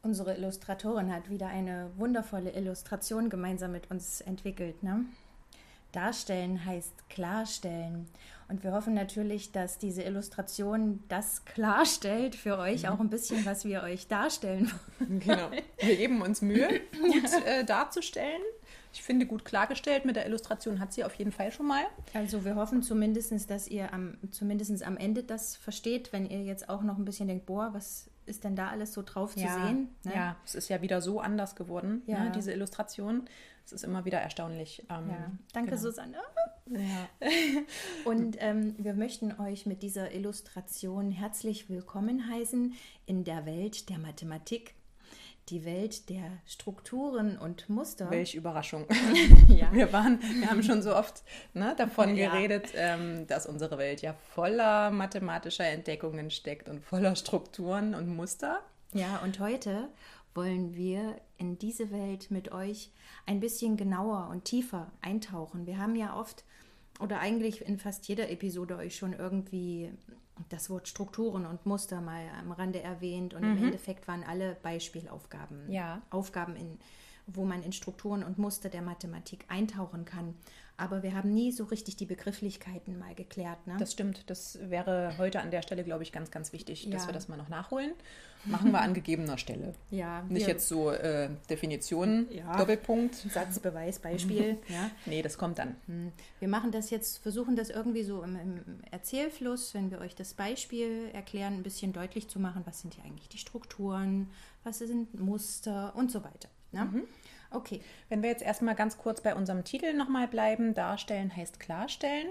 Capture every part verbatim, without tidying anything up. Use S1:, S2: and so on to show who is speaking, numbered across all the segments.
S1: Unsere Illustratorin hat wieder eine wundervolle Illustration gemeinsam mit uns entwickelt, ne? Darstellen heißt klarstellen. Und wir hoffen natürlich, dass diese Illustration das klarstellt für euch, mhm. auch ein bisschen, was wir euch darstellen wollen.
S2: Genau. Wir geben uns Mühe, gut äh, darzustellen. Ich finde, gut klargestellt mit der Illustration hat sie auf jeden Fall schon mal.
S1: Also wir hoffen zumindest, dass ihr am, zumindest am Ende das versteht, wenn ihr jetzt auch noch ein bisschen denkt, boah, was ist denn da alles so drauf
S2: ja,
S1: zu sehen?
S2: Ne? Ja, es ist ja wieder so anders geworden, ja. ne, diese Illustration. Es ist immer wieder erstaunlich. Ähm,
S1: ja, danke
S2: genau.
S1: Susanne.
S2: Ja.
S1: Und ähm, wir möchten euch mit dieser Illustration herzlich willkommen heißen in der Welt der Mathematik. Die Welt der Strukturen und Muster.
S2: Welch Überraschung.
S1: ja.
S2: Wir waren, wir haben schon so oft ne, davon
S1: ja.
S2: geredet, ähm, dass unsere Welt ja voller mathematischer Entdeckungen steckt und voller Strukturen und Muster.
S1: Ja, und heute wollen wir in diese Welt mit euch ein bisschen genauer und tiefer eintauchen. Wir haben ja oft oder eigentlich in fast jeder Episode euch schon irgendwie das Wort Strukturen und Muster mal am Rande erwähnt und mhm. im Endeffekt waren alle Beispielaufgaben,
S2: ja.
S1: Aufgaben, in, wo man in Strukturen und Muster der Mathematik eintauchen kann. Aber wir haben nie so richtig die Begrifflichkeiten mal geklärt. Ne?
S2: Das stimmt. Das wäre heute an der Stelle, glaube ich, ganz, ganz wichtig,
S1: ja.
S2: dass wir das mal noch nachholen. Machen wir an gegebener Stelle.
S1: Ja,
S2: Nicht jetzt so äh, Definitionen,
S1: ja.
S2: Doppelpunkt.
S1: Satz, Beweis, Beispiel. ja.
S2: Nee, das kommt dann.
S1: Wir machen das jetzt, versuchen das irgendwie so im, im Erzählfluss, wenn wir euch das Beispiel erklären, ein bisschen deutlich zu machen, was sind hier eigentlich die Strukturen, was sind Muster und so weiter. Ne?
S2: Mhm.
S1: Okay.
S2: Wenn wir jetzt erstmal ganz kurz bei unserem Titel nochmal bleiben, darstellen heißt klarstellen,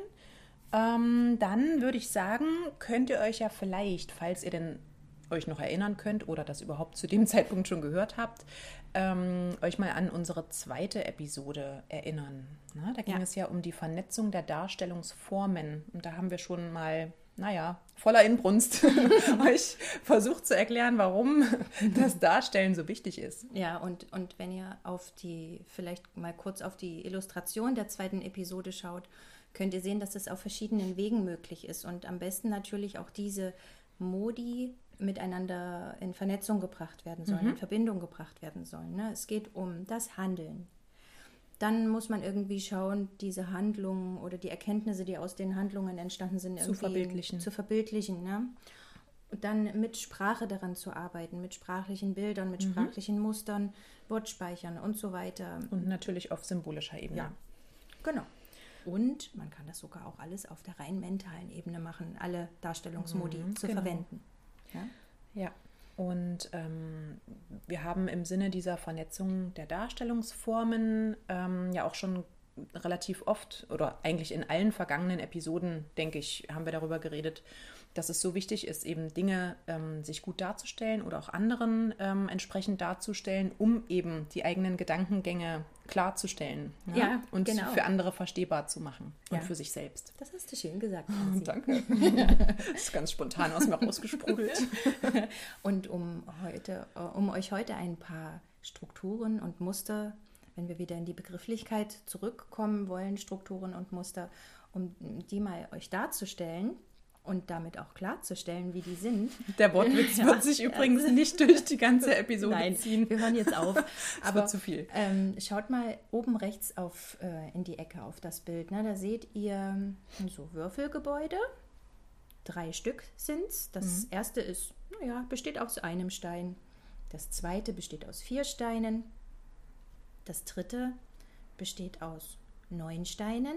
S2: ähm, dann würde ich sagen, könnt ihr euch ja vielleicht, falls ihr denn euch noch erinnern könnt oder das überhaupt zu dem Zeitpunkt schon gehört habt, ähm, euch mal an unsere zweite Episode erinnern. Na, da ging ja. es ja um die Vernetzung der Darstellungsformen und da haben wir schon mal, naja, voller Inbrunst euch versucht zu erklären, warum das Darstellen so wichtig ist.
S1: Ja, und, und wenn ihr auf die, vielleicht mal kurz auf die Illustration der zweiten Episode schaut, könnt ihr sehen, dass es auf verschiedenen Wegen möglich ist und am besten natürlich auch diese Modi miteinander in Vernetzung gebracht werden sollen, mhm. in Verbindung gebracht werden sollen. Ne? Es geht um das Handeln. Dann muss man irgendwie schauen, diese Handlungen oder die Erkenntnisse, die aus den Handlungen entstanden sind,
S2: zu verbildlichen.
S1: Zu verbildlichen, ne? Und dann mit Sprache daran zu arbeiten, mit sprachlichen Bildern, mit mhm. sprachlichen Mustern, Wortspeichern und so weiter.
S2: Und natürlich auf symbolischer Ebene.
S1: Ja, genau. Und man kann das sogar auch alles auf der rein mentalen Ebene machen, alle Darstellungsmodi mhm, zu genau. verwenden. Ja,
S2: ja. Und ähm, wir haben im Sinne dieser Vernetzung der Darstellungsformen ähm, ja auch schon relativ oft oder eigentlich in allen vergangenen Episoden, denke ich, haben wir darüber geredet, dass es so wichtig ist, eben Dinge ähm, sich gut darzustellen oder auch anderen ähm, entsprechend darzustellen, um eben die eigenen Gedankengänge klarzustellen, ja?
S1: Ja,
S2: und
S1: genau.
S2: für andere verstehbar zu machen und
S1: ja.
S2: für sich selbst.
S1: Das hast du schön gesagt.
S2: Oh, danke. Das ist ganz spontan aus mir rausgesprudelt.
S1: Und um heute, um euch heute ein paar Strukturen und Muster, wenn wir wieder in die Begrifflichkeit zurückkommen wollen, Strukturen und Muster, um die mal euch darzustellen und damit auch klarzustellen, wie die sind.
S2: Der Wortwitz ja, wird sich übrigens nicht durch die ganze Episode
S1: Nein,
S2: ziehen.
S1: Wir hören jetzt auf.
S2: Aber wird zu viel.
S1: Ähm, schaut mal oben rechts auf, äh, in die Ecke auf das Bild. Ne? Da seht ihr so Würfelgebäude. Drei Stück sind es. Das mhm. erste ist, naja, besteht aus einem Stein. Das zweite besteht aus vier Steinen. Das dritte besteht aus neun Steinen.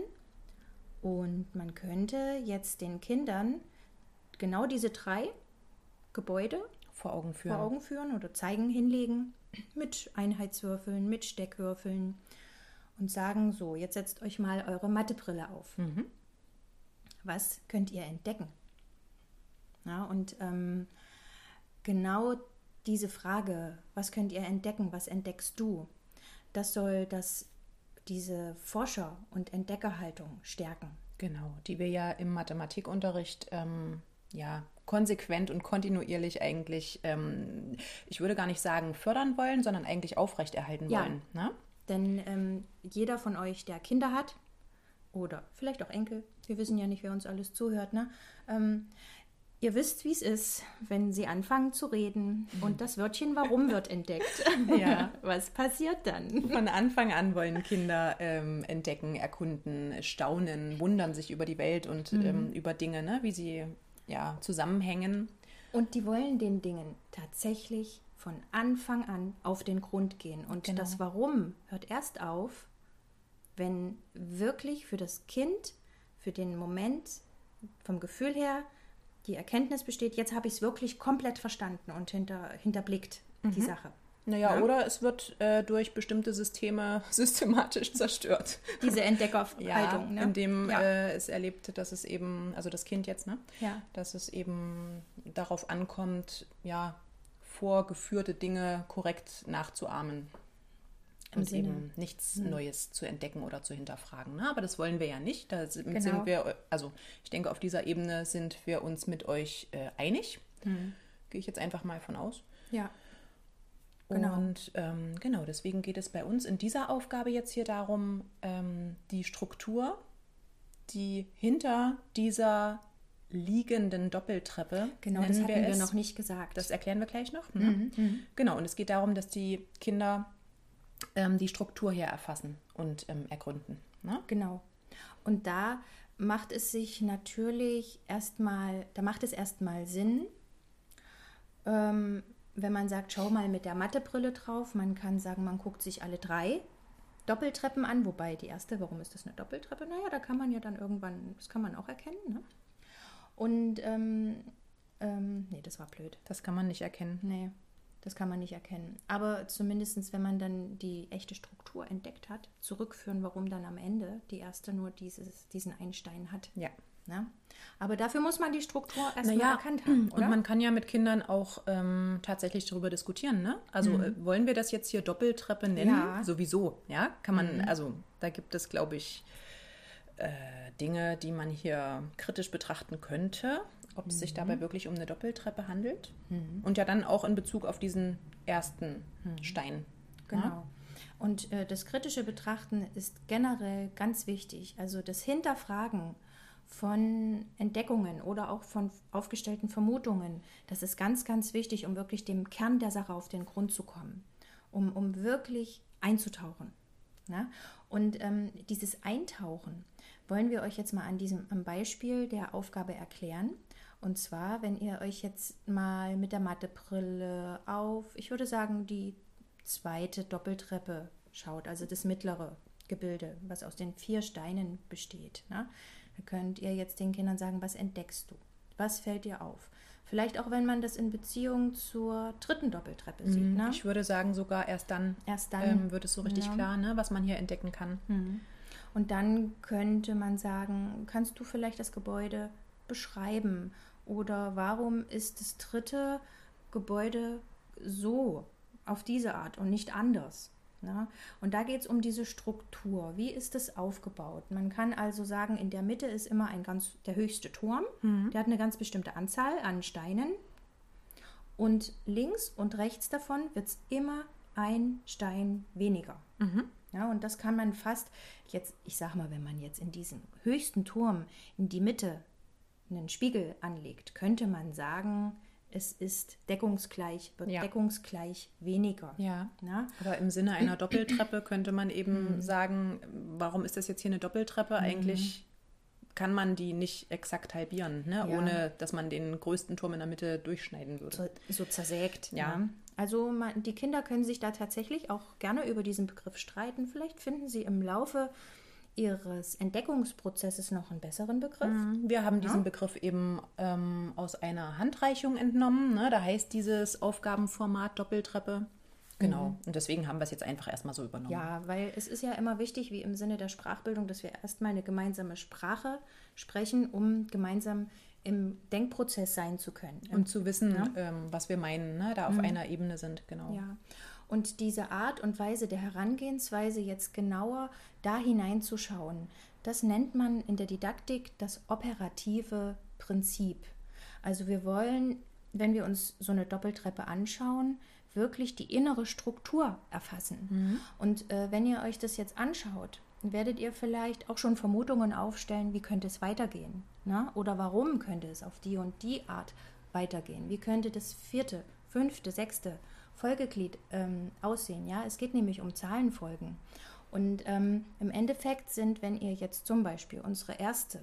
S1: Und man könnte jetzt den Kindern genau diese drei Gebäude
S2: vor Augen führen,
S1: vor Augen führen oder zeigen, hinlegen mit Einheitswürfeln, mit Steckwürfeln und sagen, so, jetzt setzt euch mal eure Mathebrille auf.
S2: Mhm.
S1: Was könnt ihr entdecken? Ja, und ähm, genau diese Frage, was könnt ihr entdecken, was entdeckst du, das soll das diese Forscher- und Entdeckerhaltung stärken.
S2: Genau, die wir ja im Mathematikunterricht ähm, ja, konsequent und kontinuierlich eigentlich, ähm, ich würde gar nicht sagen fördern wollen, sondern eigentlich aufrechterhalten
S1: ja,
S2: wollen. Ne?
S1: Denn ähm, jeder von euch, der Kinder hat oder vielleicht auch Enkel, wir wissen ja nicht, wer uns alles zuhört, ne? ähm, ihr wisst, wie es ist, wenn sie anfangen zu reden und das Wörtchen Warum wird entdeckt.
S2: Ja.
S1: Was passiert dann?
S2: Von Anfang an wollen Kinder ähm, entdecken, erkunden, staunen, wundern sich über die Welt und mhm. ähm, über Dinge, ne? Wie sie ja, zusammenhängen.
S1: Und die wollen den Dingen tatsächlich von Anfang an auf den Grund gehen. Und genau. das Warum hört erst auf, wenn wirklich für das Kind, für den Moment, vom Gefühl her, die Erkenntnis besteht, jetzt habe ich es wirklich komplett verstanden und hinter, hinterblickt, mhm. die Sache.
S2: Naja, ja? Oder es wird äh, durch bestimmte Systeme systematisch zerstört.
S1: Diese Entdeckerhaltung.
S2: Ja,
S1: ne?
S2: Indem
S1: ja.
S2: äh, es erlebt, dass es eben, also das Kind jetzt, ne?
S1: Ja.
S2: Dass es eben darauf ankommt, ja, vorgeführte Dinge korrekt nachzuahmen.
S1: Im
S2: Und
S1: Sinne.
S2: eben nichts
S1: hm.
S2: Neues zu entdecken oder zu hinterfragen. Ne? Aber das wollen wir ja nicht. Da sind,
S1: genau.
S2: sind wir, also ich denke, auf dieser Ebene sind wir uns mit euch äh, einig.
S1: Hm.
S2: Gehe ich jetzt einfach mal von aus.
S1: Ja. Genau.
S2: Und ähm, genau, deswegen geht es bei uns in dieser Aufgabe jetzt hier darum, ähm, die Struktur, die hinter dieser liegenden Doppeltreppe,
S1: genau, das hatten wir, wir noch nicht gesagt.
S2: Das erklären wir gleich noch.
S1: Mhm.
S2: Ne?
S1: Mhm.
S2: Genau, und es geht darum, dass die Kinder ähm, die Struktur hier erfassen und ähm, ergründen. Ne?
S1: Genau. Und da macht es sich natürlich erstmal, da macht es erstmal Sinn, ähm, wenn man sagt, schau mal mit der Mathebrille drauf. Man kann sagen, man guckt sich alle drei Doppeltreppen an, wobei die erste, warum ist das eine Doppeltreppe? Naja, da kann man ja dann irgendwann, das kann man auch erkennen. Ne? Und, ähm, ähm, nee, das war blöd.
S2: Das kann man nicht erkennen.
S1: Nee, das kann man nicht erkennen. Aber zumindest, wenn man dann die echte Struktur entdeckt hat, zurückführen, warum dann am Ende die erste nur dieses, diesen einen Stein hat.
S2: Ja.
S1: Na? Aber dafür muss man die Struktur erstmal
S2: naja,
S1: erkannt haben, oder?
S2: Und man kann ja mit Kindern auch ähm, tatsächlich darüber diskutieren, ne? Also mhm. äh, wollen wir das jetzt hier Doppeltreppe nennen?
S1: Ja.
S2: Sowieso, ja? Kann man,
S1: mhm.
S2: also da gibt es, glaube ich, äh, Dinge, die man hier kritisch betrachten könnte, ob es mhm. sich dabei wirklich um eine Doppeltreppe handelt.
S1: Mhm.
S2: Und ja dann auch in Bezug auf diesen ersten mhm. Stein.
S1: Genau.
S2: Ja?
S1: Und äh, das kritische Betrachten ist generell ganz wichtig. Also das Hinterfragen von Entdeckungen oder auch von aufgestellten Vermutungen, das ist ganz, ganz wichtig, um wirklich dem Kern der Sache auf den Grund zu kommen, um, um wirklich einzutauchen. Ne? Und ähm, dieses Eintauchen wollen wir euch jetzt mal an diesem am Beispiel der Aufgabe erklären. Und zwar, wenn ihr euch jetzt mal mit der Mathebrille auf, ich würde sagen, die zweite Doppeltreppe schaut, also das mittlere Gebilde, was aus den vier Steinen besteht. Ne? Da könnt ihr jetzt den Kindern sagen, was entdeckst du? Was fällt dir auf? Vielleicht auch, wenn man das in Beziehung zur dritten Doppeltreppe sieht.
S2: Mhm.
S1: Ne?
S2: Ich würde sagen, sogar erst dann,
S1: erst dann
S2: ähm, wird es so richtig
S1: ja.
S2: klar, ne, was man hier entdecken kann.
S1: Mhm. Und dann könnte man sagen, kannst du vielleicht das Gebäude beschreiben? Oder warum ist das dritte Gebäude so, auf diese Art und nicht anders? Na? Und da geht es um diese Struktur. Wie ist es aufgebaut? Man kann also sagen, in der Mitte ist immer ein ganz, der höchste Turm. Mhm. Der hat eine ganz bestimmte Anzahl an Steinen. Und links und rechts davon wird es immer ein Stein weniger. Mhm. Ja, und das kann man fast, jetzt, ich sag mal, wenn man jetzt in diesem höchsten Turm in die Mitte einen Spiegel anlegt, könnte man sagen, es ist deckungsgleich, wird ja. deckungsgleich weniger.
S2: Ja,
S1: Na?
S2: aber im Sinne einer Doppeltreppe könnte man eben mhm. sagen, warum ist das jetzt hier eine Doppeltreppe? Mhm. Eigentlich kann man die nicht exakt halbieren, ne? Ja. Ohne dass man den größten Turm in der Mitte durchschneiden würde.
S1: So, so zersägt.
S2: Ja.
S1: ja. Also man, die Kinder können sich da tatsächlich auch gerne über diesen Begriff streiten. Vielleicht finden sie im Laufe ihres Entdeckungsprozesses noch einen besseren Begriff.
S2: Wir haben diesen ja. Begriff eben ähm, aus einer Handreichung entnommen. Ne? Da heißt dieses Aufgabenformat Doppeltreppe. Genau. Mhm. Und deswegen haben wir es jetzt einfach erstmal so übernommen.
S1: Ja, weil es ist ja immer wichtig, wie im Sinne der Sprachbildung, dass wir erstmal eine gemeinsame Sprache sprechen, um gemeinsam im Denkprozess sein zu können.
S2: Um zu wissen, ja? ähm, was wir meinen, ne? Da auf mhm. einer Ebene sind. Genau.
S1: Ja. Und diese Art und Weise der Herangehensweise, jetzt genauer da hineinzuschauen, das nennt man in der Didaktik das operative Prinzip. Also wir wollen, wenn wir uns so eine Doppeltreppe anschauen, wirklich die innere Struktur erfassen. Mhm. Und äh, wenn ihr euch das jetzt anschaut, werdet ihr vielleicht auch schon Vermutungen aufstellen, wie könnte es weitergehen. Ne? Oder warum könnte es auf die und die Art weitergehen? Wie könnte das vierte, fünfte, sechste Folgeglied ähm, aussehen? Ja? Es geht nämlich um Zahlenfolgen. Und ähm, im Endeffekt sind, wenn ihr jetzt zum Beispiel unsere erste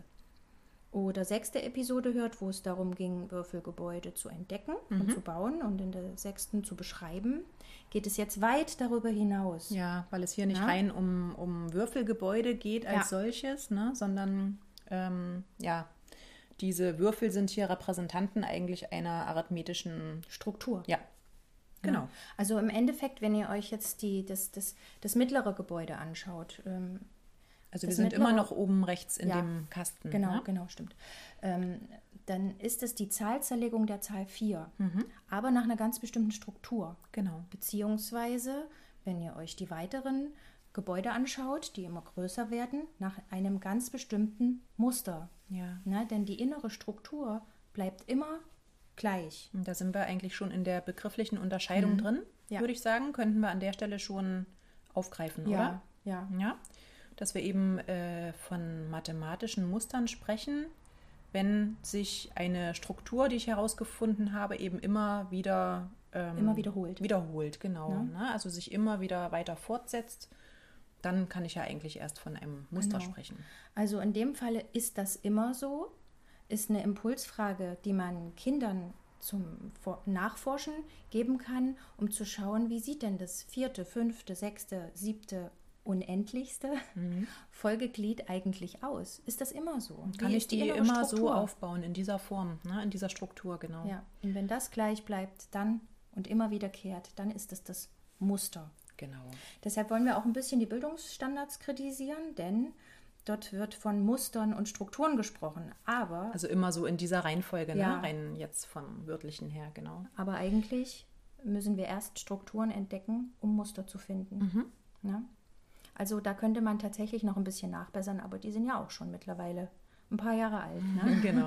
S1: oder sechste Episode hört, wo es darum ging, Würfelgebäude zu entdecken mhm. und zu bauen und in der sechsten zu beschreiben, geht es jetzt weit darüber hinaus.
S2: Ja, weil es hier nicht ja? rein um, um Würfelgebäude geht als ja. solches, ne? sondern ähm, ja, diese Würfel sind hier Repräsentanten eigentlich einer arithmetischen
S1: Struktur.
S2: Ja, genau. Ja.
S1: Also im Endeffekt, wenn ihr euch jetzt die, das, das, das mittlere Gebäude anschaut, ähm,
S2: also wir sind mittlere, immer noch oben rechts in ja, dem Kasten.
S1: Genau,
S2: ne?
S1: genau, stimmt. Ähm, dann ist es die Zahlzerlegung der Zahl vier,
S2: mhm.
S1: aber nach einer ganz bestimmten Struktur.
S2: Genau.
S1: Beziehungsweise, wenn ihr euch die weiteren Gebäude anschaut, die immer größer werden, nach einem ganz bestimmten Muster.
S2: Ja.
S1: Ne? Denn die innere Struktur bleibt immer gleich.
S2: Und da sind wir eigentlich schon in der begrifflichen Unterscheidung mhm. drin, ja. würde ich sagen. Könnten wir an der Stelle schon aufgreifen,
S1: ja.
S2: oder?
S1: Ja,
S2: ja. Dass wir eben äh, von mathematischen Mustern sprechen, wenn sich eine Struktur, die ich herausgefunden habe, eben immer wieder ähm,
S1: immer wiederholt.
S2: Wiederholt, genau.
S1: Ja.
S2: Ne? Also sich immer wieder weiter fortsetzt, dann kann ich ja eigentlich erst von einem Muster
S1: genau.
S2: sprechen.
S1: Also in dem Falle ist das immer so, ist eine Impulsfrage, die man Kindern zum Nachforschen geben kann, um zu schauen, wie sieht denn das vierte, fünfte, sechste, siebte unendlichste mhm. Folgeglied eigentlich aus? Ist das immer so?
S2: Kann
S1: Wie
S2: ich die, die immer Struktur? so aufbauen, in dieser Form, ne? in dieser Struktur, genau.
S1: Ja, und wenn das gleich bleibt, dann und immer wiederkehrt, dann ist es das Muster.
S2: Genau.
S1: Deshalb wollen wir auch ein bisschen die Bildungsstandards kritisieren, denn dort wird von Mustern und Strukturen gesprochen, aber...
S2: Also immer so in dieser Reihenfolge,
S1: ja.
S2: ne? Rein jetzt vom Wörtlichen her, genau.
S1: Aber eigentlich müssen wir erst Strukturen entdecken, um Muster zu finden.
S2: Mhm.
S1: Ne? Also da könnte man tatsächlich noch ein bisschen nachbessern, aber die sind ja auch schon mittlerweile ein paar Jahre alt. Ne?
S2: Genau.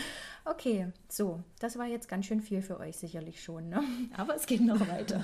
S1: Okay, so, das war jetzt ganz schön viel für euch sicherlich schon, ne? Aber es geht noch weiter.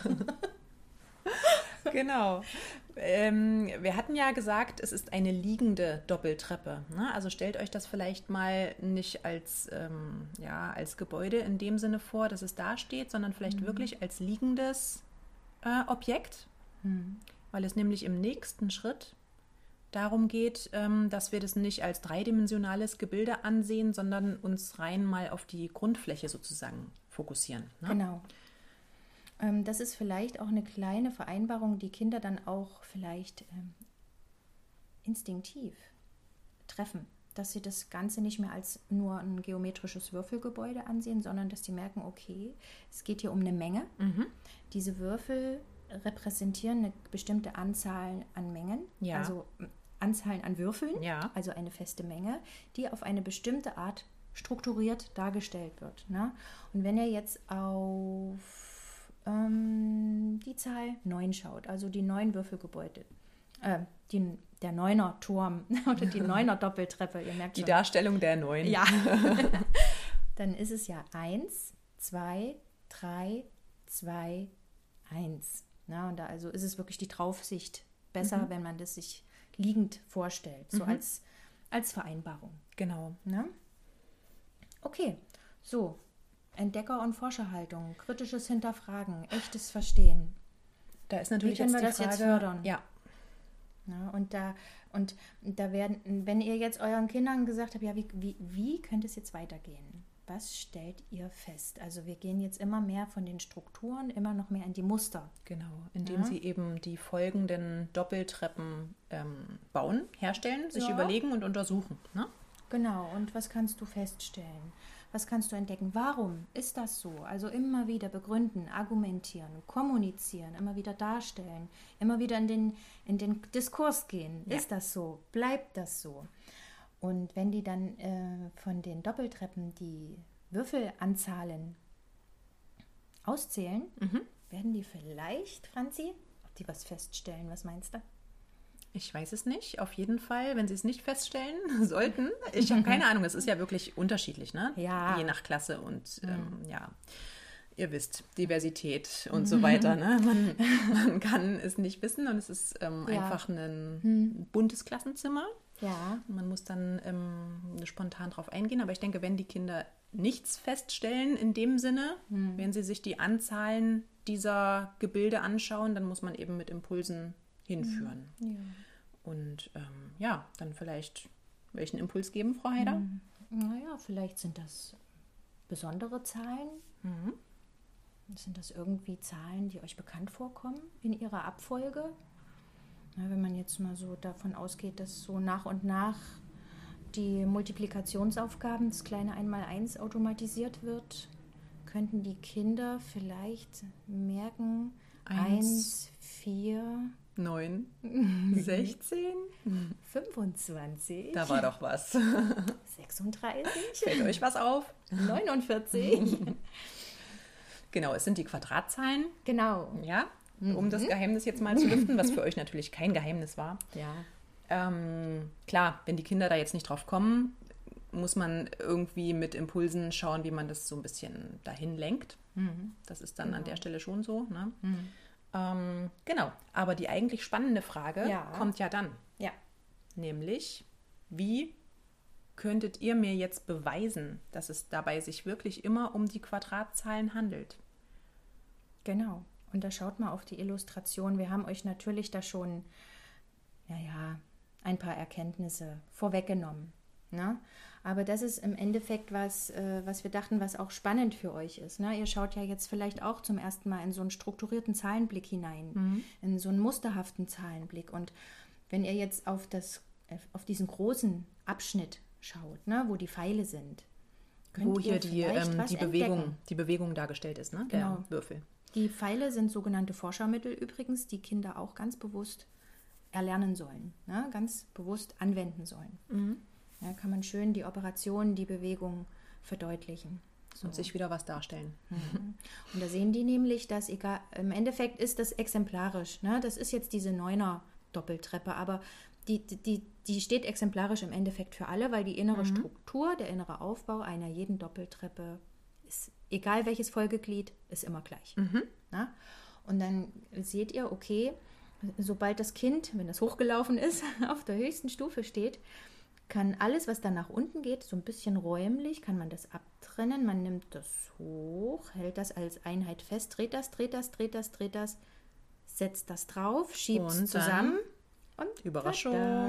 S2: Genau. Ähm, wir hatten ja gesagt, es ist eine liegende Doppeltreppe. Ne? Also stellt euch das vielleicht mal nicht als, ähm, ja, als Gebäude in dem Sinne vor, dass es da steht, sondern vielleicht mhm. wirklich als liegendes äh, Objekt.
S1: Mhm.
S2: Weil es nämlich im nächsten Schritt darum geht, ähm, dass wir das nicht als dreidimensionales Gebilde ansehen, sondern uns rein mal auf die Grundfläche sozusagen fokussieren. Ne?
S1: Genau. Ähm, das ist vielleicht auch eine kleine Vereinbarung, die Kinder dann auch vielleicht ähm, instinktiv treffen. Dass sie das Ganze nicht mehr als nur ein geometrisches Würfelgebäude ansehen, sondern dass sie merken, okay, es geht hier um eine Menge.
S2: Mhm.
S1: Diese Würfel repräsentieren eine bestimmte Anzahl an Mengen,
S2: ja.
S1: also Anzahlen an Würfeln,
S2: ja.
S1: also eine feste Menge, die auf eine bestimmte Art strukturiert dargestellt wird. Ne? Und wenn ihr jetzt auf ähm, die Zahl neun schaut, also die neun Würfelgebäude, äh, die, der neuner Turm oder die neuner Doppeltreppe, ihr merkt
S2: die
S1: schon.
S2: Die Darstellung der neun.
S1: Ja. Dann ist es ja eins, zwei, drei, zwei, eins. Na, und da also ist es wirklich die Draufsicht besser, mhm. wenn man das sich liegend vorstellt, so
S2: mhm.
S1: als, als Vereinbarung.
S2: Genau.
S1: Na? Okay, so, Entdecker- und Forscherhaltung, kritisches Hinterfragen, echtes Verstehen.
S2: Da ist natürlich
S1: Wie können
S2: jetzt
S1: wir
S2: die
S1: das
S2: Frage,
S1: jetzt fördern?
S2: Ja.
S1: Na, und da, und da werden, wenn ihr jetzt euren Kindern gesagt habt, ja, wie, wie, wie könnte es jetzt weitergehen? Was stellt ihr fest? Also wir gehen jetzt immer mehr von den Strukturen, immer noch mehr in die Muster.
S2: Genau, indem ja. sie eben die folgenden Doppeltreppen ähm, bauen, herstellen, sich
S1: ja.
S2: überlegen und untersuchen. Ne?
S1: Genau, und was kannst du feststellen? Was kannst du entdecken? Warum ist das so? Also immer wieder begründen, argumentieren, kommunizieren, immer wieder darstellen, immer wieder in den, in den Diskurs gehen.
S2: Ja.
S1: Ist das so? Bleibt das so? Und wenn die dann äh, von den Doppeltreppen die Würfelanzahlen auszählen,
S2: mhm.
S1: werden die vielleicht, Franzi, ob die was feststellen? Was meinst du?
S2: Ich weiß es nicht. Auf jeden Fall, wenn sie es nicht feststellen sollten. Ich habe keine Ahnung. Es ist ja wirklich unterschiedlich, ne?
S1: Ja.
S2: Je nach Klasse und ähm, ja, ihr wisst, Diversität und so weiter. Ne? Man, man kann es nicht wissen und es ist ähm,
S1: ja.
S2: einfach ein
S1: hm.
S2: buntes Klassenzimmer.
S1: Ja.
S2: Man muss dann ähm, spontan drauf eingehen. Aber ich denke, wenn die Kinder nichts feststellen in dem Sinne, hm. wenn sie sich die Anzahlen dieser Gebilde anschauen, dann muss man eben mit Impulsen hinführen.
S1: Ja.
S2: Und ähm, ja, dann vielleicht welchen Impuls geben, Frau Heider?
S1: Hm. Naja, vielleicht sind das besondere Zahlen.
S2: Mhm.
S1: Sind das irgendwie Zahlen, die euch bekannt vorkommen in ihrer Abfolge? Na, wenn man jetzt mal so davon ausgeht, dass so nach und nach die Multiplikationsaufgaben, das kleine Einmaleins automatisiert wird, könnten die Kinder vielleicht merken, eins, vier,
S2: neun, sechzehn,
S1: fünfundzwanzig.
S2: Da war doch was.
S1: sechsunddreißig.
S2: Fällt euch was auf?
S1: neunundvierzig.
S2: Genau, es sind die Quadratzahlen.
S1: Genau.
S2: Ja, um mhm. das Geheimnis jetzt mal zu lüften, was für euch natürlich kein Geheimnis war.
S1: Ja.
S2: Ähm, klar, wenn die Kinder da jetzt nicht drauf kommen, muss man irgendwie mit Impulsen schauen, wie man das so ein bisschen dahin lenkt.
S1: Mhm.
S2: Das ist dann
S1: genau.
S2: an der Stelle schon so. Ne?
S1: Mhm.
S2: Ähm, genau, aber die eigentlich spannende Frage
S1: ja.
S2: kommt ja dann.
S1: Ja.
S2: Nämlich, wie könntet ihr mir jetzt beweisen, dass es dabei sich wirklich immer um die Quadratzahlen handelt?
S1: Genau. Und da schaut mal auf die Illustration. Wir haben euch natürlich da schon, naja, ein paar Erkenntnisse vorweggenommen. Ne? Aber das ist im Endeffekt was, äh, was wir dachten, was auch spannend für euch ist. Ne? Ihr schaut ja jetzt vielleicht auch zum ersten Mal in so einen strukturierten Zahlenblick hinein, mhm. in so einen musterhaften Zahlenblick. Und wenn ihr jetzt auf, das, auf diesen großen Abschnitt schaut, ne, wo die Pfeile sind, könnt
S2: wo hier
S1: ihr
S2: die, ähm, die, Bewegung, die Bewegung dargestellt ist, ne?
S1: Genau.
S2: Der Würfel.
S1: Die Pfeile sind sogenannte Forschermittel übrigens, die Kinder auch ganz bewusst erlernen sollen, ne? Ganz bewusst anwenden sollen.
S2: Mhm.
S1: Ja, kann man schön die Operation, die Bewegung verdeutlichen. So.
S2: Und sich wieder was darstellen.
S1: Mhm. Und da sehen die nämlich, dass egal, im Endeffekt ist das exemplarisch. Ne? Das ist jetzt diese Neuner-Doppeltreppe, aber die, die, die steht exemplarisch im Endeffekt für alle, weil die innere mhm. Struktur, der innere Aufbau einer jeden Doppeltreppe ist, egal welches Folgeglied, ist immer gleich.
S2: Mhm.
S1: Na? Und dann seht ihr, okay, sobald das Kind, wenn es hochgelaufen ist, auf der höchsten Stufe steht, kann alles, was dann nach unten geht, so ein bisschen räumlich, kann man das abtrennen. Man nimmt das hoch, hält das als Einheit fest, dreht das, dreht das, dreht das, dreht das, setzt das drauf, schiebt es zusammen. Und
S2: Überraschung.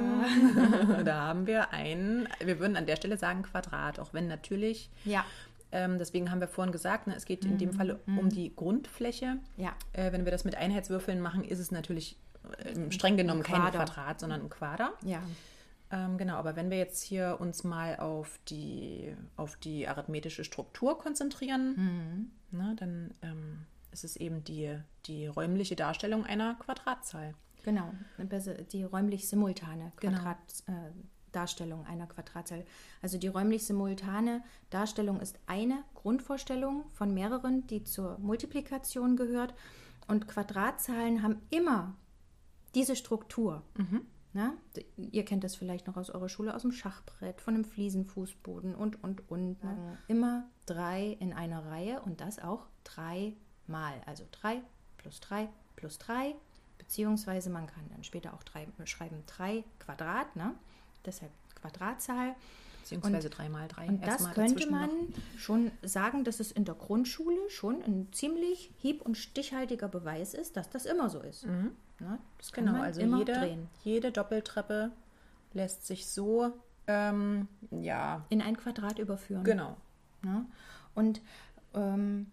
S2: Da haben wir ein, wir würden an der Stelle sagen Quadrat, auch wenn natürlich,
S1: ja.
S2: ähm, deswegen haben wir vorhin gesagt, ne, es geht in
S1: mhm.
S2: dem Fall um
S1: mhm.
S2: die Grundfläche.
S1: Ja.
S2: Äh, wenn wir das mit Einheitswürfeln machen, ist es natürlich äh, streng genommen kein Quadrat, sondern ein Quader.
S1: Ja.
S2: Ähm, genau, aber wenn wir jetzt hier uns mal auf die, auf die arithmetische Struktur konzentrieren,
S1: mhm.
S2: ne, dann ähm, ist es eben die, die räumliche Darstellung einer Quadratzahl.
S1: Genau, die räumlich simultane
S2: genau.
S1: Quadrat, äh, Darstellung einer Quadratzahl. Also die räumlich simultane Darstellung ist eine Grundvorstellung von mehreren, die zur Multiplikation gehört. Und Quadratzahlen haben immer diese Struktur.
S2: Mhm.
S1: Na, ihr kennt das vielleicht noch aus eurer Schule, aus dem Schachbrett, von einem Fliesenfußboden und, und, und. Ne? Mhm. Immer drei in einer Reihe und das auch dreimal. Also drei plus drei plus drei, beziehungsweise man kann dann später auch drei, schreiben drei Quadrat, ne? Deshalb Quadratzahl.
S2: Beziehungsweise drei mal drei.
S1: Und das könnte man noch schon sagen, dass es in der Grundschule schon ein ziemlich hieb- und stichhaltiger Beweis ist, dass das immer so ist.
S2: Mhm.
S1: Ja, das kann
S2: genau,
S1: man
S2: also
S1: immer
S2: jede,
S1: drehen.
S2: jede Doppeltreppe lässt sich so ähm, ja,
S1: in ein Quadrat überführen.
S2: Genau.
S1: Ja, und ähm,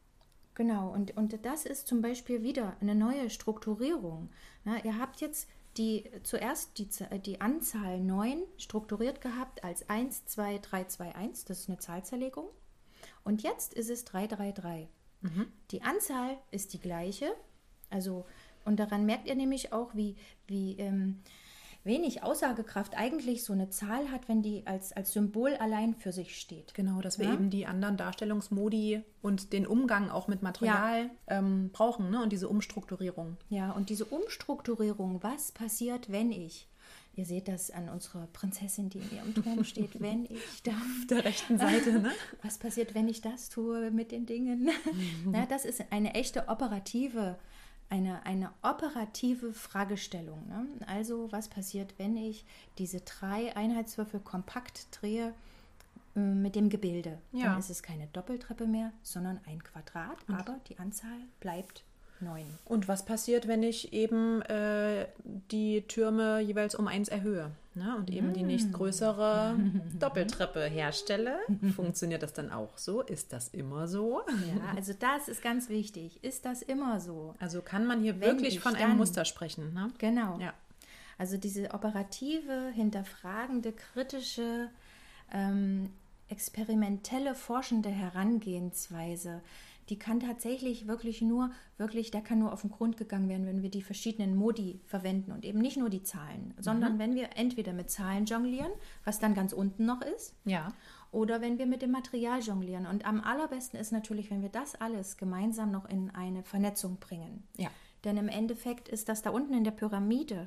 S1: genau, und, und das ist zum Beispiel wieder eine neue Strukturierung. Ja, ihr habt jetzt die zuerst die, die Anzahl neun strukturiert gehabt als eins, zwei, drei, zwei, eins. Das ist eine Zahlzerlegung. Und jetzt ist es drei, drei, drei.
S2: Mhm.
S1: Die Anzahl ist die gleiche. Also, und daran merkt ihr nämlich auch, wie, wie ähm, wenig Aussagekraft eigentlich so eine Zahl hat, wenn die als, als Symbol allein für sich steht.
S2: Genau, dass wir
S1: ja?
S2: eben die anderen Darstellungsmodi und den Umgang auch mit Material ja. ähm, brauchen, ne? Und diese Umstrukturierung.
S1: Ja, und diese Umstrukturierung, was passiert, wenn ich, ihr seht das an unserer Prinzessin, die in ihrem Turm steht, wenn ich dann...
S2: Auf der rechten Seite, ne?
S1: Was passiert, wenn ich das tue mit den Dingen? Mhm. Na, das ist eine echte operative eine, eine operative Fragestellung. Ne? Also was passiert, wenn ich diese drei Einheitswürfel kompakt drehe äh, mit dem Gebilde?
S2: Ja.
S1: Dann ist es keine Doppeltreppe mehr, sondern ein Quadrat, aber die Anzahl bleibt neun.
S2: Und was passiert, wenn ich eben äh, die Türme jeweils um eins erhöhe, ne? Und eben die nächstgrößere Doppeltreppe herstelle? Funktioniert das dann auch so? Ist das immer so?
S1: Ja, also das ist ganz wichtig. Ist das immer so?
S2: Also kann man hier
S1: Wenn
S2: wirklich
S1: ich
S2: von
S1: dann-
S2: einem Muster sprechen, ne?
S1: Genau.
S2: Ja.
S1: Also diese operative, hinterfragende, kritische, ähm, experimentelle, forschende Herangehensweise, die kann tatsächlich wirklich nur, wirklich, da kann nur auf den Grund gegangen werden, wenn wir die verschiedenen Modi verwenden und eben nicht nur die Zahlen, sondern wenn wir entweder mit Zahlen jonglieren, was dann ganz unten noch ist,
S2: Ja.
S1: oder wenn wir mit dem Material jonglieren. Und am allerbesten ist natürlich, wenn wir das alles gemeinsam noch in eine Vernetzung bringen.
S2: Ja.
S1: Denn im Endeffekt ist das da unten in der Pyramide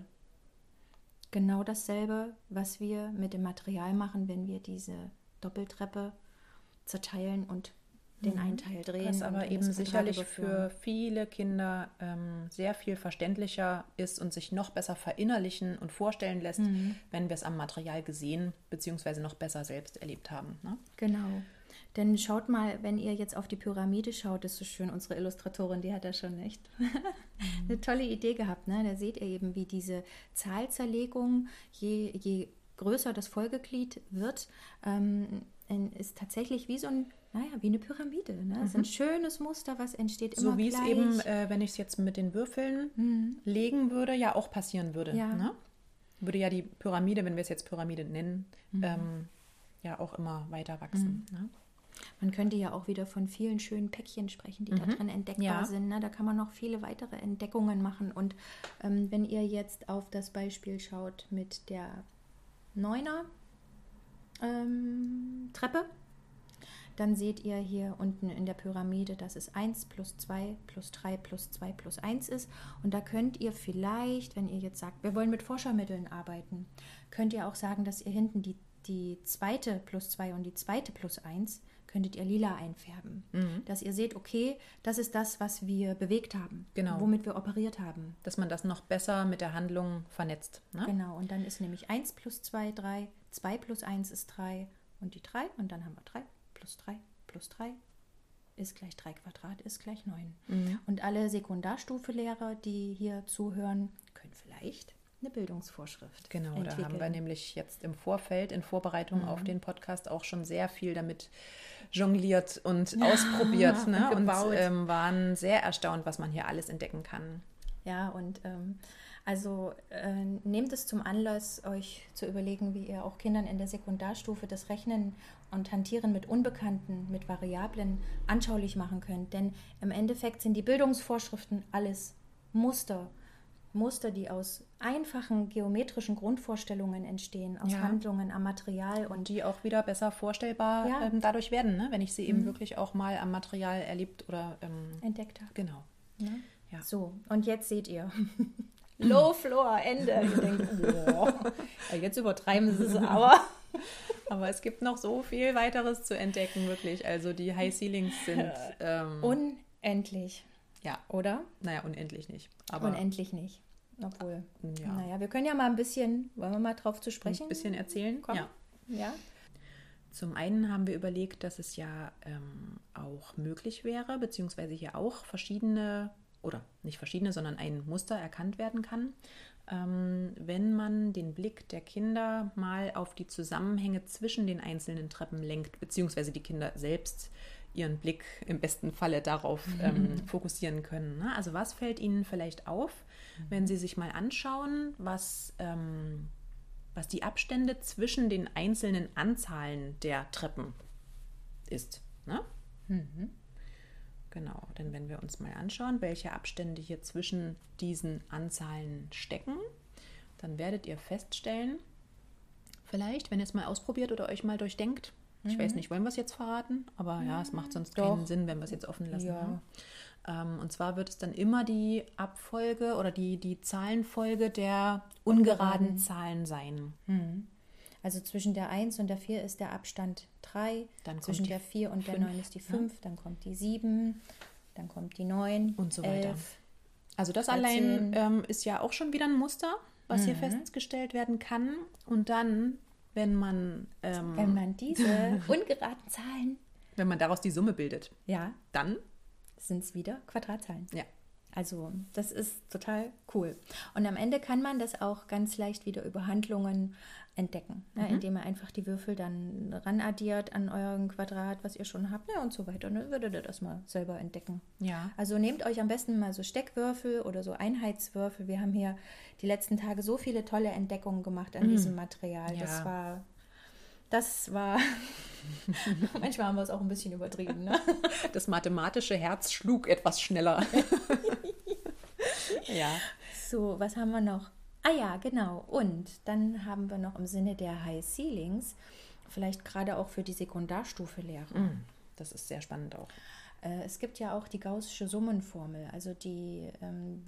S1: genau dasselbe, was wir mit dem Material machen, wenn wir diese Doppeltreppe zerteilen und den einen Teil drehen.
S2: Was
S1: und
S2: aber
S1: in
S2: eben
S1: das Quadrat
S2: sicherlich
S1: überführen.
S2: für viele Kinder ähm, sehr viel verständlicher ist und sich noch besser verinnerlichen und vorstellen lässt, wenn wir es am Material gesehen bzw. noch besser selbst erlebt haben. Ne?
S1: Genau. Denn schaut mal, wenn ihr jetzt auf die Pyramide schaut, ist so schön, unsere Illustratorin, die hat da schon echt eine tolle Idee gehabt. Ne? Da seht ihr eben, wie diese Zahlzerlegung, je, je größer das Folgeglied wird, ähm, ist tatsächlich wie so ein, naja, wie eine Pyramide. Ne? Es ist ein schönes Muster, was entsteht immer
S2: So wie es
S1: gleich.
S2: eben, äh, wenn ich es jetzt mit den Würfeln legen würde, ja auch passieren würde.
S1: Ja.
S2: Ne? Würde ja die Pyramide, wenn wir es jetzt Pyramide nennen, ähm, ja auch immer weiter wachsen. Ne?
S1: Man könnte ja auch wieder von vielen schönen Päckchen sprechen, die da drin entdeckbar
S2: Ja.
S1: sind. Ne? Da kann man noch viele weitere Entdeckungen machen. Und ähm, wenn ihr jetzt auf das Beispiel schaut mit der Neuner ähm, Treppe, dann seht ihr hier unten in der Pyramide, dass es eins plus zwei plus drei plus zwei plus eins ist. Und da könnt ihr vielleicht, wenn ihr jetzt sagt, wir wollen mit Forschermitteln arbeiten, könnt ihr auch sagen, dass ihr hinten die, die zweite plus zwei und die zweite plus eins könntet ihr lila einfärben. Dass ihr seht, okay, das ist das, was wir bewegt haben,
S2: Genau.
S1: womit wir operiert haben.
S2: Dass man das noch besser mit der Handlung vernetzt. Ne?
S1: Genau, und dann ist nämlich eins plus zwei drei, zwei plus eins ist drei und die drei und dann haben wir drei plus drei plus drei ist gleich drei Quadrat, ist gleich neun. Und alle Sekundarstufe-Lehrer, die hier zuhören, können vielleicht eine Bildungsvorschrift
S2: Genau, da
S1: entwickeln.
S2: haben wir nämlich jetzt im Vorfeld, in Vorbereitung auf den Podcast auch schon sehr viel damit jongliert und ausprobiert, ne?
S1: und
S2: Und
S1: gebaut.
S2: ähm, waren sehr erstaunt, was man hier alles entdecken kann.
S1: Ja, und ähm, also äh, nehmt es zum Anlass, euch zu überlegen, wie ihr auch Kindern in der Sekundarstufe das Rechnen und Hantieren mit Unbekannten, mit Variablen anschaulich machen könnt. Denn im Endeffekt sind die Bildungsvorschriften alles Muster. Muster, die aus einfachen geometrischen Grundvorstellungen entstehen, aus
S2: Ja.
S1: Handlungen am Material und
S2: Die auch wieder besser vorstellbar
S1: Ja.
S2: ähm, dadurch werden, ne? Wenn ich sie eben wirklich auch mal am Material erlebt oder ähm,
S1: entdeckt habt.
S2: genau.
S1: Ne?
S2: Ja.
S1: So, und jetzt seht ihr. Low Floor, Ende. Ihr denkt, boah, ja, jetzt übertreiben sie es aber.
S2: Aber es gibt noch so viel weiteres zu entdecken, wirklich. Also die High Ceilings sind ähm,
S1: Unendlich,
S2: ja,
S1: oder?
S2: naja, unendlich nicht. Aber
S1: Unendlich nicht. Obwohl,
S2: Ja.
S1: naja, wir können ja mal ein bisschen, wollen wir mal drauf zu sprechen?
S2: ein bisschen erzählen.
S1: Komm.
S2: Ja.
S1: Ja.
S2: Zum einen haben wir überlegt, dass es ja ähm, auch möglich wäre, beziehungsweise hier auch verschiedene, oder nicht verschiedene, sondern ein Muster erkannt werden kann, ähm, wenn man den Blick der Kinder mal auf die Zusammenhänge zwischen den einzelnen Treppen lenkt, beziehungsweise die Kinder selbst ihren Blick im besten Falle darauf ähm, fokussieren können. Ne? Also was fällt Ihnen vielleicht auf, wenn Sie sich mal anschauen, was... Ähm, was die Abstände zwischen den einzelnen Anzahlen der Treppen ist. Ne? Genau, denn wenn wir uns mal anschauen, welche Abstände hier zwischen diesen Anzahlen stecken, dann werdet ihr feststellen, vielleicht, wenn ihr es mal ausprobiert oder euch mal durchdenkt, ich weiß nicht, wollen wir es jetzt verraten? Aber ja, es macht sonst
S1: Doch.
S2: keinen Sinn, wenn wir es jetzt offen lassen.
S1: Ja.
S2: Ne? Ähm, und zwar wird es dann immer die Abfolge oder die, die Zahlenfolge der ungeraden
S1: Ungeraden.
S2: Zahlen sein.
S1: Also zwischen der eins und der vier ist der Abstand drei,
S2: Dann kommt
S1: zwischen
S2: die
S1: der vier und der
S2: fünf,
S1: neun ist die
S2: ne?
S1: fünf, dann kommt die sieben, dann kommt die neun
S2: Und so weiter.
S1: elf,
S2: Also das
S1: Erzählen.
S2: allein ähm, ist ja auch schon wieder ein Muster, was
S1: Mhm.
S2: hier festgestellt werden kann. Und dann, wenn man, ähm,
S1: Wenn man diese ungeraden Zahlen,
S2: wenn man daraus die Summe bildet,
S1: ja,
S2: dann,
S1: sind es wieder Quadratzahlen.
S2: ja.
S1: Also das ist total cool. Und am Ende kann man das auch ganz leicht wieder über Handlungen entdecken, ne? Indem ihr einfach die Würfel dann ranaddiert an euren Quadrat, was ihr schon habt, ne? Und so weiter. Und dann würdet ihr das mal selber entdecken.
S2: Ja.
S1: Also nehmt euch am besten mal so Steckwürfel oder so Einheitswürfel. Wir haben hier die letzten Tage so viele tolle Entdeckungen gemacht an diesem Material.
S2: Ja.
S1: Das war... Das war, manchmal haben wir es auch ein bisschen übertrieben, ne?
S2: Das mathematische Herz schlug etwas schneller. Ja.
S1: So, was haben wir noch? Ah ja, genau. Und dann haben wir noch im Sinne der High Ceilings, vielleicht gerade auch für die Sekundarstufe Lehrer.
S2: Das ist sehr spannend auch.
S1: Äh, es gibt ja auch die gaußsche Summenformel, also die, ähm,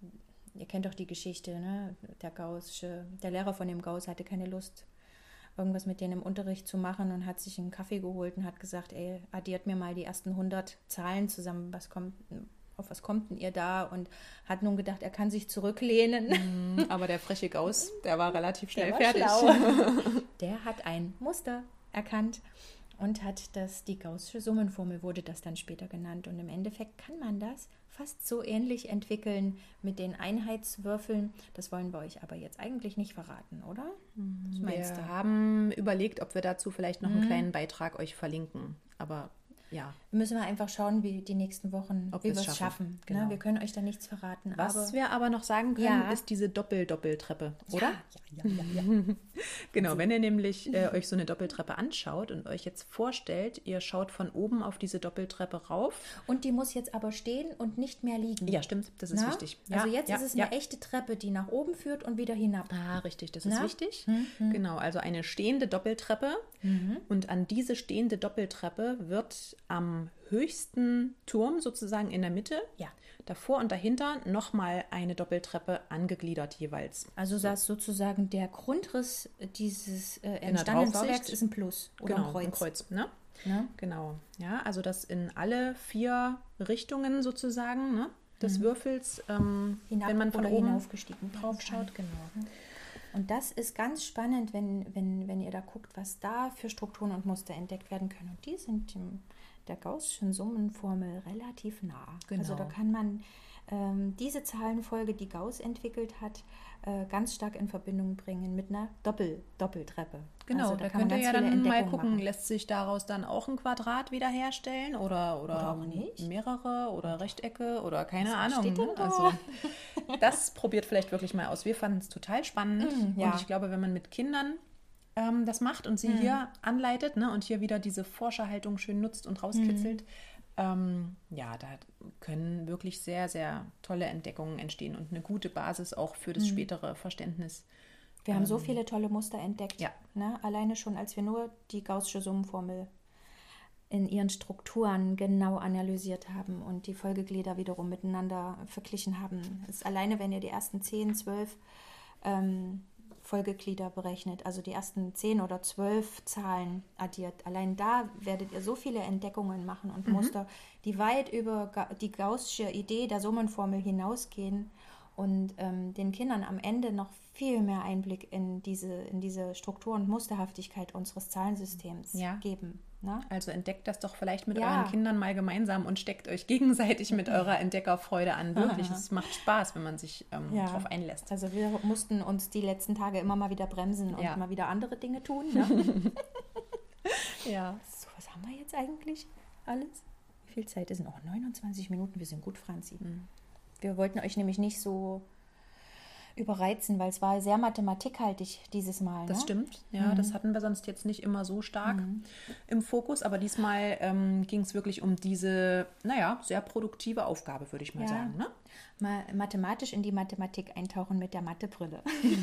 S1: ihr kennt doch die Geschichte, ne? Der gaußsche, der Lehrer von dem Gauss hatte keine Lust, irgendwas mit denen im Unterricht zu machen und hat sich einen Kaffee geholt und hat gesagt, ey, addiert mir mal die ersten hundert Zahlen zusammen, was kommt, auf was kommt denn ihr da? Und hat nun gedacht, er kann sich zurücklehnen.
S2: Aber der freche Gauss, der war relativ schnell
S1: Der war
S2: fertig.
S1: schlau. Der hat ein Muster erkannt und hat das, die gaußsche Summenformel wurde das dann später genannt. Und im Endeffekt kann man das fast so ähnlich entwickeln mit den Einheitswürfeln. Das wollen wir euch aber jetzt eigentlich nicht verraten, oder? Was meinst
S2: Wir
S1: du?
S2: haben überlegt, ob wir dazu vielleicht noch einen kleinen Beitrag euch verlinken. Aber ja,
S1: Müssen wir einfach schauen, wie die nächsten Wochen,
S2: Ob
S1: wie
S2: wir
S1: wir
S2: es
S1: es
S2: schaffen.
S1: schaffen.
S2: Genau.
S1: Ne? Wir können euch da nichts verraten.
S2: was
S1: aber
S2: wir aber noch sagen können,
S1: Ja.
S2: ist diese Doppel-Doppeltreppe, oder?
S1: Ja, ja, ja, ja, ja.
S2: Genau, wenn ihr nämlich äh, euch so eine Doppeltreppe anschaut und euch jetzt vorstellt, ihr schaut von oben auf diese Doppeltreppe rauf.
S1: Und die muss jetzt aber stehen und nicht mehr liegen.
S2: Ja, stimmt, das ist
S1: Na?
S2: wichtig.
S1: Also
S2: Ja,
S1: jetzt
S2: ja,
S1: ist es
S2: ja.
S1: eine echte Treppe, die nach oben führt und wieder hinab.
S2: Ah, richtig, das
S1: Na?
S2: ist wichtig. Genau, also eine stehende Doppeltreppe. Und an diese stehende Doppeltreppe wird am höchsten Turm sozusagen in der Mitte,
S1: Ja.
S2: davor und dahinter nochmal eine Doppeltreppe angegliedert jeweils.
S1: Also das sozusagen der Grundriss dieses äh, entstandenen
S2: Draufsicht.
S1: Bauwerks ist ein Plus oder
S2: Genau,
S1: ein Kreuz.
S2: ein Kreuz, ne?
S1: Ne?
S2: Genau, ja, also das in alle vier Richtungen sozusagen, ne, des Würfels, ähm,
S1: Hinab
S2: wenn man von
S1: oder
S2: oben
S1: hinaufgestiegen
S2: drauf
S1: werden
S2: schaut, genau.
S1: Und das ist ganz spannend, wenn, wenn, wenn ihr da guckt, was da für Strukturen und Muster entdeckt werden können. Und die sind dem, der gaußschen Summenformel relativ nah.
S2: Genau.
S1: Also da kann man ähm, diese Zahlenfolge, die Gauss entwickelt hat, äh, ganz stark in Verbindung bringen mit einer Doppel Doppeltreppe.
S2: Genau,
S1: also
S2: da
S1: kann man
S2: könnt ihr ja
S1: ganz viele
S2: dann mal
S1: Entdeckungen
S2: gucken,
S1: machen.
S2: lässt sich daraus dann auch ein Quadrat wiederherstellen oder, oder,
S1: Oder auch nicht.
S2: mehrere oder Rechtecke oder keine
S1: Was
S2: Ahnung.
S1: steht denn
S2: Ne?
S1: da?
S2: Also das probiert vielleicht wirklich mal aus. Wir fanden es total spannend
S1: Mm, ja.
S2: und ich glaube, wenn man mit Kindern ähm, das macht und sie
S1: Mm.
S2: hier anleitet, ne, und hier wieder diese Forscherhaltung schön nutzt und rauskitzelt,
S1: Mm.
S2: ähm, ja, da können wirklich sehr, sehr tolle Entdeckungen entstehen und eine gute Basis auch für
S1: Mm.
S2: das spätere Verständnis.
S1: Wir haben so viele tolle Muster entdeckt.
S2: Ja.
S1: Ne? Alleine schon, als wir nur die gaußsche Summenformel in ihren Strukturen genau analysiert haben und die Folgeglieder wiederum miteinander verglichen haben. Das ist alleine, wenn ihr die ersten zehn, zwölf ähm, Folgeglieder berechnet, also die ersten zehn oder zwölf Zahlen addiert, allein da werdet ihr so viele Entdeckungen machen und Muster, die weit über Ga- die gaußsche Idee der Summenformel hinausgehen und ähm, den Kindern am Ende noch viel mehr Einblick in diese, in diese Struktur und Musterhaftigkeit unseres Zahlensystems
S2: Ja.
S1: geben. Ne?
S2: Also entdeckt das doch vielleicht mit
S1: Ja.
S2: euren Kindern mal gemeinsam und steckt euch gegenseitig mit eurer Entdeckerfreude an. Wirklich, es macht Spaß, wenn man sich ähm,
S1: Ja.
S2: darauf einlässt.
S1: Also wir mussten uns die letzten Tage immer mal wieder bremsen und
S2: Ja.
S1: mal wieder andere Dinge tun. Ne?
S2: Ja.
S1: So, was haben wir jetzt eigentlich alles? Wie viel Zeit ist noch? neunundzwanzig Minuten, wir sind gut, Franzi. Wir wollten euch nämlich nicht so überreizen, weil es war sehr mathematikhaltig dieses Mal.
S2: Das
S1: ne?
S2: stimmt, ja, das hatten wir sonst jetzt nicht immer so stark im Fokus, aber diesmal ähm, ging es wirklich um diese, naja, sehr produktive Aufgabe, würde ich mal
S1: Ja.
S2: sagen. Ne?
S1: Mal mathematisch in die Mathematik eintauchen mit der Mathebrille.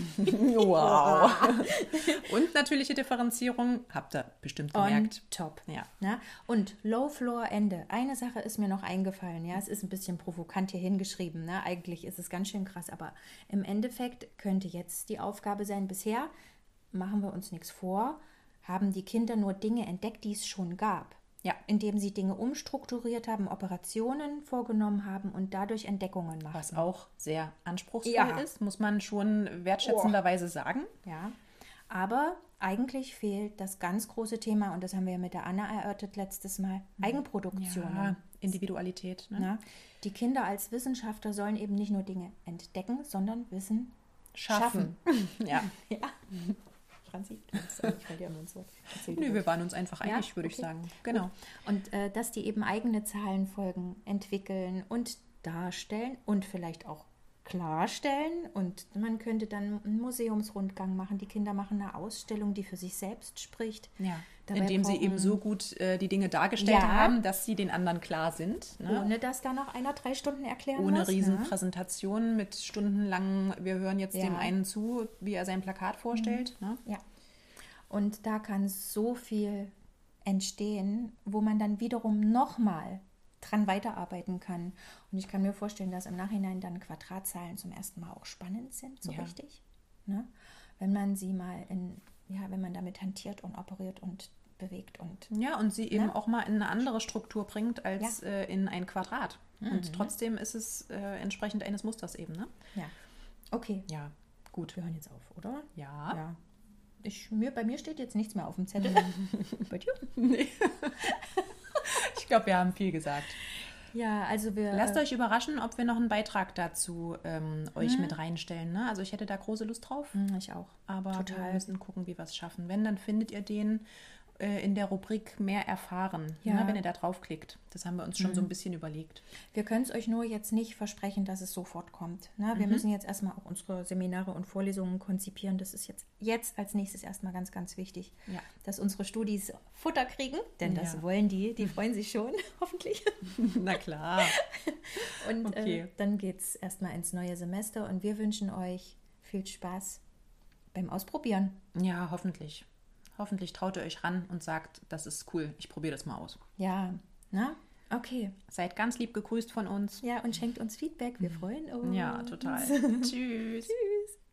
S2: Wow. Und natürliche Differenzierung, habt ihr bestimmt gemerkt.
S1: On top.
S2: Ja.
S1: Na? Und Low Floor Ende. Eine Sache ist mir noch eingefallen. Ja, es ist ein bisschen provokant hier hingeschrieben. Ne? Eigentlich ist es ganz schön krass, aber im Endeffekt könnte jetzt die Aufgabe sein, bisher, machen wir uns nichts vor, haben die Kinder nur Dinge entdeckt, die es schon gab.
S2: Ja.
S1: indem sie Dinge umstrukturiert haben, Operationen vorgenommen haben und dadurch Entdeckungen machen.
S2: Was auch sehr anspruchsvoll
S1: Ja.
S2: ist, muss man schon wertschätzenderweise sagen.
S1: Ja, aber eigentlich fehlt das ganz große Thema, und das haben wir ja mit der Anna erörtert letztes Mal, Eigenproduktionen.
S2: Ja, Individualität. Ne?
S1: Na, die Kinder als Wissenschaftler sollen eben nicht nur Dinge entdecken, sondern Wissen
S2: Schaffen. Ja.
S1: Ja. Franzi, ich falle dir immer ins Wort. Erzähl du
S2: Nö,
S1: ruhig.
S2: wir waren uns einfach einig,
S1: Ja?
S2: würde ich
S1: Okay.
S2: sagen. Genau.
S1: Und äh, dass die eben eigene Zahlenfolgen entwickeln und darstellen und vielleicht auch klarstellen. Und man könnte dann einen Museumsrundgang machen. Die Kinder machen eine Ausstellung, die für sich selbst spricht.
S2: Ja.
S1: Dabei
S2: Indem sie
S1: brauchen-
S2: eben so gut äh, die Dinge dargestellt
S1: Ja.
S2: haben, dass sie den anderen klar sind. Ne?
S1: Ohne dass da noch einer drei Stunden erklären
S2: Ohne
S1: muss. Ne?
S2: Riesenpräsentationen mit stundenlangen, wir hören jetzt
S1: Ja.
S2: dem einen zu, wie er sein Plakat vorstellt. Ne?
S1: Ja. Und da kann so viel entstehen, wo man dann wiederum nochmal dran weiterarbeiten kann. Und ich kann mir vorstellen, dass im Nachhinein dann Quadratzahlen zum ersten Mal auch spannend sind, so
S2: Ja.
S1: richtig. Ne? Wenn man sie mal in, ja, wenn man damit hantiert und operiert und bewegt und
S2: Ja, und sie eben
S1: Ne?
S2: auch mal in eine andere Struktur bringt als
S1: Ja.
S2: äh, in ein Quadrat. Und trotzdem ist es äh, entsprechend eines Musters eben. Ne?
S1: ja. Okay,
S2: Ja, gut.
S1: wir hören jetzt auf, oder?
S2: Ja.
S1: Ja. Ich, mir, bei mir steht jetzt nichts mehr auf dem Zettel. Bei dir?
S2: Ich glaube, wir haben viel gesagt.
S1: Ja, also wir.
S2: Lasst euch überraschen, ob wir noch einen Beitrag dazu ähm, euch mit reinstellen. Ne? Also ich hätte da große Lust drauf.
S1: Hm, ich auch.
S2: Aber
S1: Total.
S2: wir müssen gucken, wie wir es schaffen. Wenn, dann findet ihr den äh, in der Rubrik mehr erfahren,
S1: Ja.
S2: ne, wenn ihr da draufklickt. Das haben wir uns schon so ein bisschen überlegt.
S1: Wir können es euch nur jetzt nicht versprechen, dass es sofort kommt. Ne? Wir müssen jetzt erstmal auch unsere Seminare und Vorlesungen konzipieren. Das ist jetzt, jetzt als nächstes erstmal ganz, ganz wichtig,
S2: Ja.
S1: dass unsere Studis Futter kriegen, denn das
S2: Ja.
S1: wollen die. Die freuen sich schon, hoffentlich.
S2: Na klar.
S1: Und
S2: Okay.
S1: äh, dann geht es erstmal ins neue Semester und wir wünschen euch viel Spaß beim Ausprobieren.
S2: Ja, hoffentlich. Hoffentlich traut ihr euch ran und sagt, das ist cool, ich probiere das mal aus.
S1: Ja, na? Okay.
S2: Seid ganz lieb gegrüßt von uns.
S1: Ja, und schenkt uns Feedback. Wir freuen uns.
S2: Ja, total. Tschüss.
S1: Tschüss.